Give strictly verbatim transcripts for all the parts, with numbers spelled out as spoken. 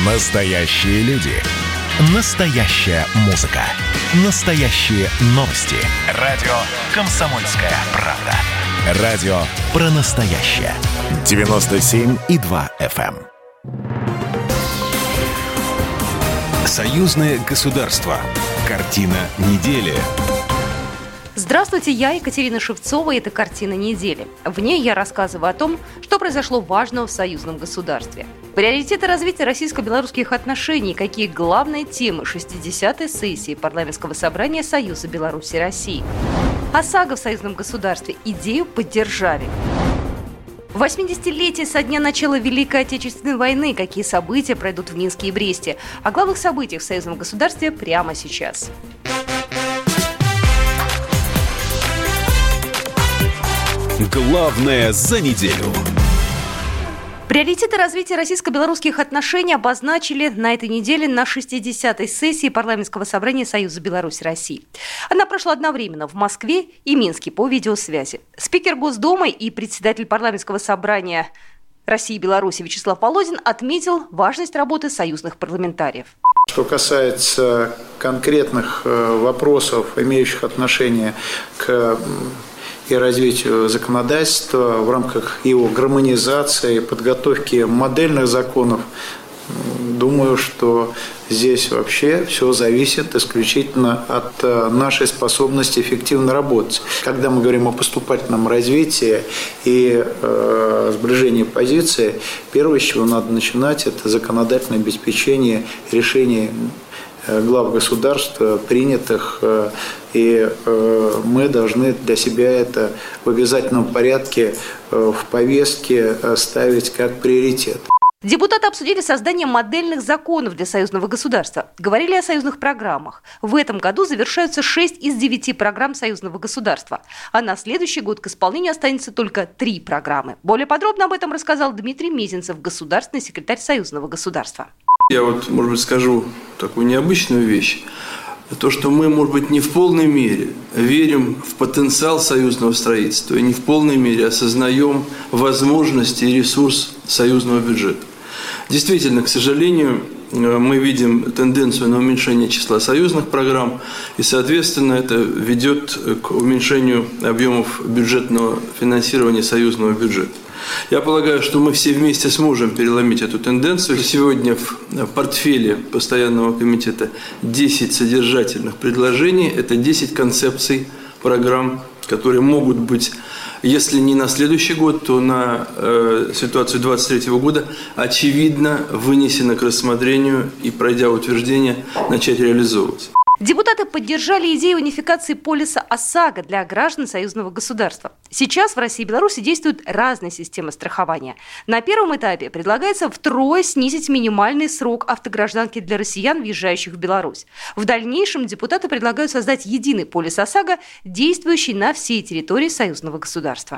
Настоящие люди. Настоящая музыка. Настоящие новости. Радио «Комсомольская правда». Радио про настоящее. девяносто семь и два эф эм. Союзное государство. Картина недели. Здравствуйте, я Екатерина Шевцова, и это «Картина недели». В ней я рассказываю о том, что произошло важного в союзном государстве. Приоритеты развития российско-белорусских отношений, какие главные темы шестидесятой сессии Парламентского собрания Союза Беларуси и России. ОСАГО в союзном государстве. Идею поддержали. восьмидесятилетие со дня начала Великой Отечественной войны. Какие события пройдут в Минске и Бресте? О главных событиях в союзном государстве прямо сейчас. Главное за неделю. Приоритеты развития российско-белорусских отношений обозначили на этой неделе на шестидесятой сессии Парламентского собрания Союза Беларуси и России. Она прошла одновременно в Москве и Минске по видеосвязи. Спикер Госдумы и председатель Парламентского собрания России и Беларуси Вячеслав Володин отметил важность работы союзных парламентариев. Что касается конкретных вопросов, имеющих отношение к и развитию законодательства в рамках его гармонизации, подготовки модельных законов, думаю, что здесь вообще все зависит исключительно от нашей способности эффективно работать. Когда мы говорим о поступательном развитии и э, сближении позиций, первое, с чего надо начинать, это законодательное обеспечение решений глав государства, принятых, и мы должны для себя это в обязательном порядке в повестке ставить как приоритет. Депутаты обсудили создание модельных законов для союзного государства. Говорили о союзных программах. В этом году завершаются шесть из девяти программ союзного государства. А на следующий год к исполнению останется только три программы. Более подробно об этом рассказал Дмитрий Мезенцев, государственный секретарь союзного государства. Я вот, может быть, скажу такую необычную вещь. То, что мы, может быть, не в полной мере верим в потенциал союзного строительства и не в полной мере осознаем возможности и ресурс союзного бюджета. Действительно, к сожалению, мы видим тенденцию на уменьшение числа союзных программ, и, соответственно, это ведет к уменьшению объемов бюджетного финансирования союзного бюджета. Я полагаю, что мы все вместе сможем переломить эту тенденцию. Сегодня в портфеле постоянного комитета десять содержательных предложений. Это десять концепций программ, которые могут быть, если не на следующий год, то на э, ситуацию двадцать третьего года, очевидно вынесены к рассмотрению и, пройдя утверждение, начать реализовываться. Депутаты поддержали идею унификации полиса ОСАГО для граждан союзного государства. Сейчас в России и Беларуси действуют разные системы страхования. На первом этапе предлагается втрое снизить минимальный срок автогражданки для россиян, въезжающих в Беларусь. В дальнейшем депутаты предлагают создать единый полис ОСАГО, действующий на всей территории союзного государства.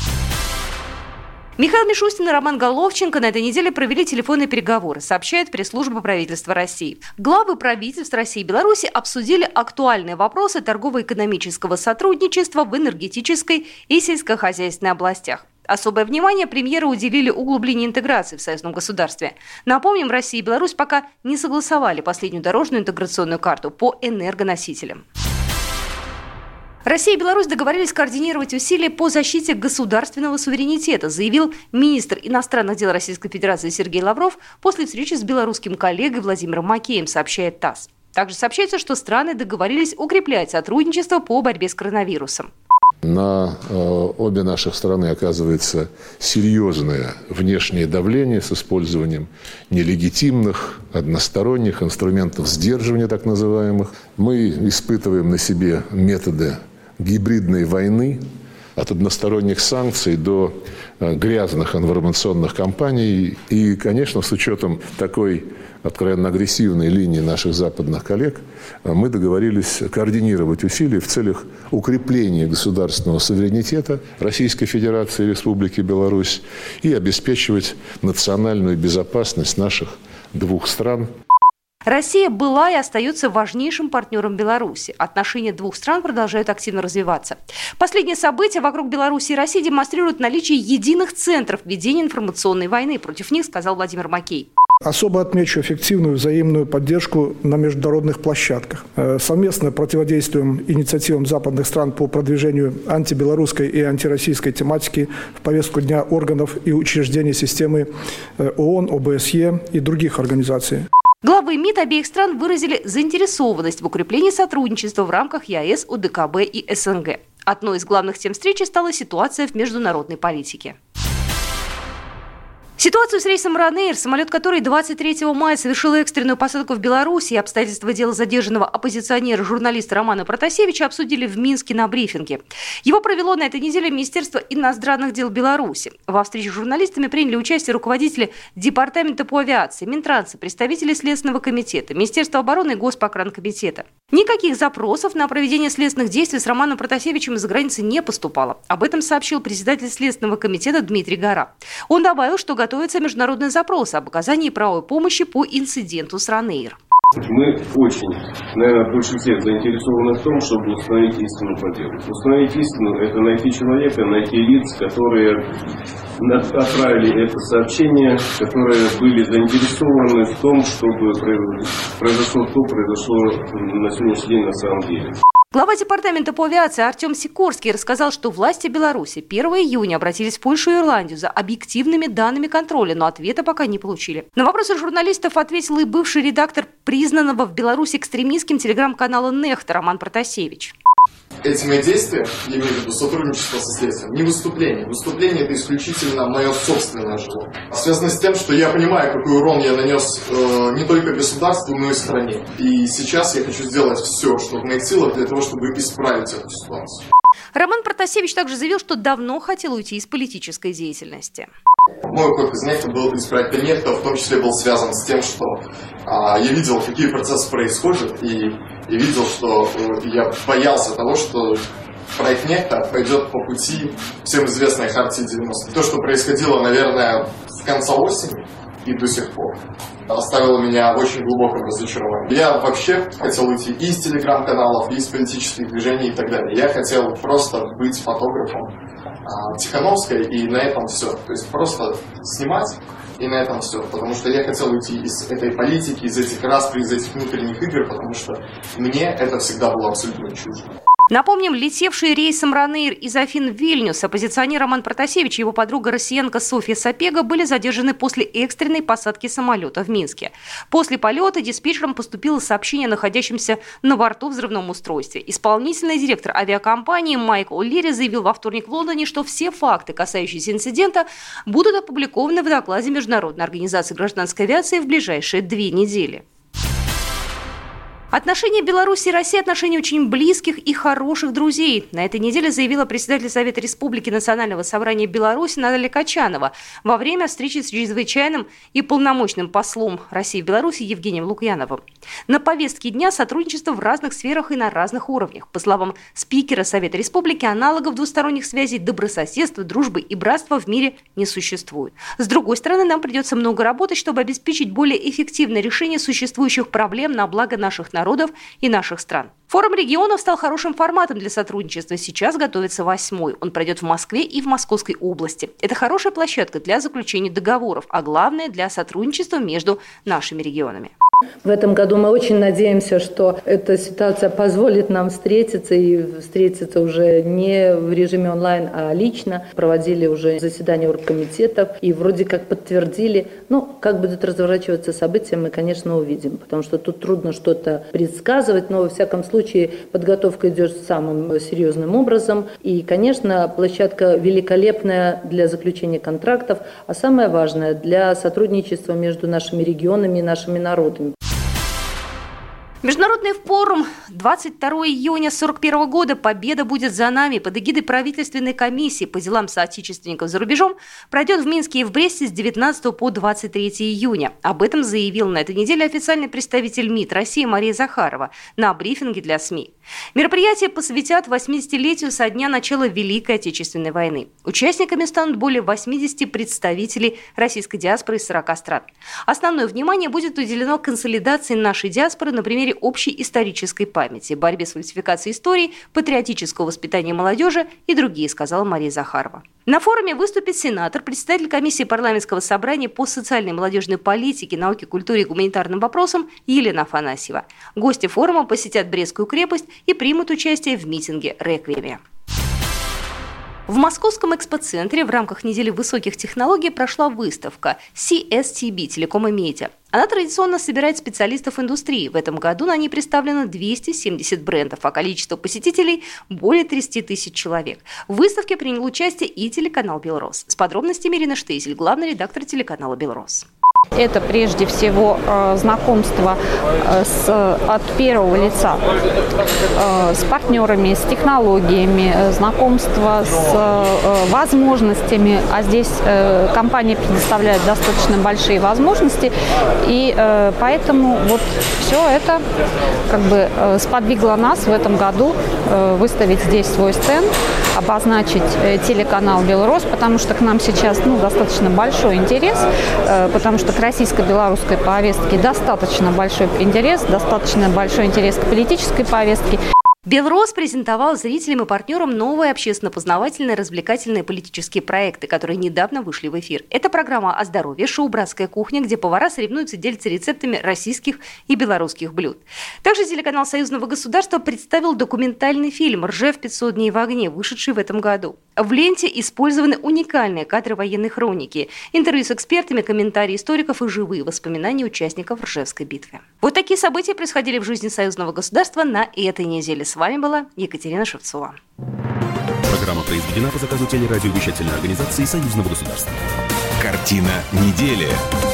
Михаил Мишустин и Роман Головченко на этой неделе провели телефонные переговоры, сообщает пресс-служба правительства России. Главы правительств России и Беларуси обсудили актуальные вопросы торгово-экономического сотрудничества в энергетической и сельскохозяйственной областях. Особое внимание премьеры уделили углублению интеграции в союзном государстве. Напомним, Россия и Беларусь пока не согласовали последнюю дорожную интеграционную карту по энергоносителям. Россия и Беларусь договорились координировать усилия по защите государственного суверенитета, заявил министр иностранных дел Российской Федерации Сергей Лавров после встречи с белорусским коллегой Владимиром Макеем, сообщает ТАСС. Также сообщается, что страны договорились укреплять сотрудничество по борьбе с коронавирусом. На э, обе наших страны оказывается серьезное внешнее давление с использованием нелегитимных, односторонних инструментов сдерживания, так называемых. Мы испытываем на себе методы гибридной войны, от односторонних санкций до э, грязных информационных кампаний. И, конечно, с учетом такой откровенно агрессивной линии наших западных коллег, мы договорились координировать усилия в целях укрепления государственного суверенитета Российской Федерации и Республики Беларусь и обеспечивать национальную безопасность наших двух стран. Россия была и остается важнейшим партнером Беларуси. Отношения двух стран продолжают активно развиваться. Последние события вокруг Беларуси и России демонстрируют наличие единых центров ведения информационной войны. Против них сказал Владимир Макей. Особо отмечу эффективную взаимную поддержку на международных площадках. Совместно противодействуем инициативам западных стран по продвижению антибелорусской и антироссийской тематики в повестку дня органов и учреждений системы ООН, ОБСЕ и других организаций. Главы МИД обеих стран выразили заинтересованность в укреплении сотрудничества в рамках ЕАЭС, ОДКБ и СНГ. Одной из главных тем встречи стала ситуация в международной политике. Ситуацию с рейсом Ryanair, самолет который двадцать третьего мая совершил экстренную посадку в Беларуси, и обстоятельства дела задержанного оппозиционера-журналиста Романа Протасевича обсудили в Минске на брифинге. Его провело на этой неделе Министерство иностранных дел Беларуси. Во встрече с журналистами приняли участие руководители Департамента по авиации, Минтранса, представители Следственного комитета, Министерства обороны и Госпогранкомитета. Никаких запросов на проведение следственных действий с Романом Протасевичем из-за границы не поступало. Об этом сообщил председатель Следственного комитета Дмитрий Гора. Он добавил, что готовится международный запрос об оказании правовой помощи по инциденту с Ryanair. Мы очень, наверное, больше всех заинтересованы в том, чтобы установить истину по делу. Установить истину – это найти человека, найти лиц, которые отправили это сообщение, которые были заинтересованы в том, чтобы произошло то, произошло на сегодняшний день на самом деле. Глава Департамента по авиации Артем Сикорский рассказал, что власти Беларуси первого июня обратились в Польшу и Ирландию за объективными данными контроля, но ответа пока не получили. На вопросы журналистов ответил и бывший редактор признанного в Беларуси экстремистским телеграм-канала «Нехта» Роман Протасевич. Эти мои действия, я имею в виду сотрудничество со следствием, не выступление. Выступление – это исключительно мое собственное желание. Связано с тем, что я понимаю, какой урон я нанес э, не только государству, но и стране. И сейчас я хочу сделать все, что в моих силах, для того, чтобы исправить эту ситуацию. Роман Протасевич также заявил, что давно хотел уйти из политической деятельности. Мой уход из Нехта был из проекта Нехта, в том числе был связан с тем, что а, я видел, какие процессы происходят, и, и видел, что э, я боялся того, что проект Нехта пойдет по пути всем известной Хартии девяностых. То, что происходило, наверное, с конца осени и до сих пор, оставило меня в очень глубоком разочаровании. Я вообще хотел уйти и из телеграм-каналов, и из политических движений и так далее. Я хотел просто быть фотографом а, Тихановской, и на этом все. То есть просто снимать, и на этом все. Потому что я хотел уйти из этой политики, из этих распри, из этих внутренних игр, потому что мне это всегда было абсолютно чуждо. Напомним, летевшие рейсом Ryanair из Афин в Вильнюс оппозиционер Роман Протасевич и его подруга-россиянка Софья Сапега были задержаны после экстренной посадки самолета в Минске. После полета диспетчерам поступило сообщение о находящемся на борту взрывном устройстве. Исполнительный директор авиакомпании Майкл Лири заявил во вторник в Лондоне, что все факты, касающиеся инцидента, будут опубликованы в докладе Международной организации гражданской авиации в ближайшие две недели. Отношения Беларуси и России – отношения очень близких и хороших друзей. На этой неделе заявила председатель Совета Республики Национального собрания Беларуси Наталья Качанова во время встречи с чрезвычайным и полномочным послом России в Беларуси Евгением Лукьяновым. На повестке дня сотрудничество в разных сферах и на разных уровнях. По словам спикера Совета Республики, аналогов двусторонних связей, добрососедства, дружбы и братства в мире не существует. С другой стороны, нам придется много работать, чтобы обеспечить более эффективное решение существующих проблем на благо наших народов. народов и наших стран. Форум регионов стал хорошим форматом для сотрудничества. Сейчас готовится восьмой. Он пройдет в Москве и в Московской области. Это хорошая площадка для заключения договоров, а главное для сотрудничества между нашими регионами. В этом году мы очень надеемся, что эта ситуация позволит нам встретиться и встретиться уже не в режиме онлайн, а лично. Проводили уже заседания оргкомитетов и вроде как подтвердили. Ну, как будут разворачиваться события, мы, конечно, увидим, потому что тут трудно что-то предсказывать, но во всяком случае подготовка идет самым серьезным образом. И, конечно, площадка великолепная для заключения контрактов, а самое важное для сотрудничества между нашими регионами и нашими народами. Международный форум двадцать второго июня сорок первого года «Победа будет за нами» под эгидой правительственной комиссии по делам соотечественников за рубежом пройдет в Минске и в Бресте с девятнадцатого по двадцать третье июня. Об этом заявил на этой неделе официальный представитель МИД России Мария Захарова на брифинге для СМИ. Мероприятие посвятят восьмидесятилетию со дня начала Великой Отечественной войны. Участниками станут более восьмидесяти представителей российской диаспоры из сорока стран. Основное внимание будет уделено консолидации нашей диаспоры на примере сфере общей исторической памяти, борьбе с фальсификацией истории, патриотического воспитания молодежи и другие, сказала Мария Захарова. На форуме выступит сенатор, председатель комиссии парламентского собрания по социальной и молодежной политике, науке, культуре и гуманитарным вопросам Елена Афанасьева. Гости форума посетят Брестскую крепость и примут участие в митинге «Реквиеме». В Московском экспоцентре в рамках недели высоких технологий прошла выставка си эс ти би «Телеком и медиа». Она традиционно собирает специалистов индустрии. В этом году на ней представлено двести семьдесят брендов, а количество посетителей – более тридцать тысяч человек. В выставке принял участие и телеканал «Белрос». С подробностями Ирина Штейзель, главный редактор телеканала «Белрос». Это прежде всего э, знакомство э, с, от первого лица э, с партнерами, с технологиями, э, знакомство с э, возможностями. А здесь э, компания предоставляет достаточно большие возможности, и э, поэтому вот все это как бы э, сподвигло нас в этом году э, выставить здесь свой стенд, обозначить э, телеканал «Белрос», потому что к нам сейчас ну, достаточно большой интерес, э, потому что к российско-белорусской повестке достаточно большой интерес, достаточно большой интерес к политической повестке. «Белрос» презентовал зрителям и партнерам новые общественно-познавательные, развлекательные политические проекты, которые недавно вышли в эфир. Это программа о здоровье, шоу «Братская кухня», где повара соревнуются, делятся рецептами российских и белорусских блюд. Также телеканал Союзного государства представил документальный фильм «Ржев пятьсот дней в огне», вышедший в этом году. В ленте использованы уникальные кадры военной хроники, интервью с экспертами, комментарии историков и живые воспоминания участников Ржевской битвы. Вот такие события происходили в жизни Союзного государства на этой неделе. С вами была Екатерина Шевцова. Программа произведена по заказу телерадиовещательной организации Союзного государства. Картина недели.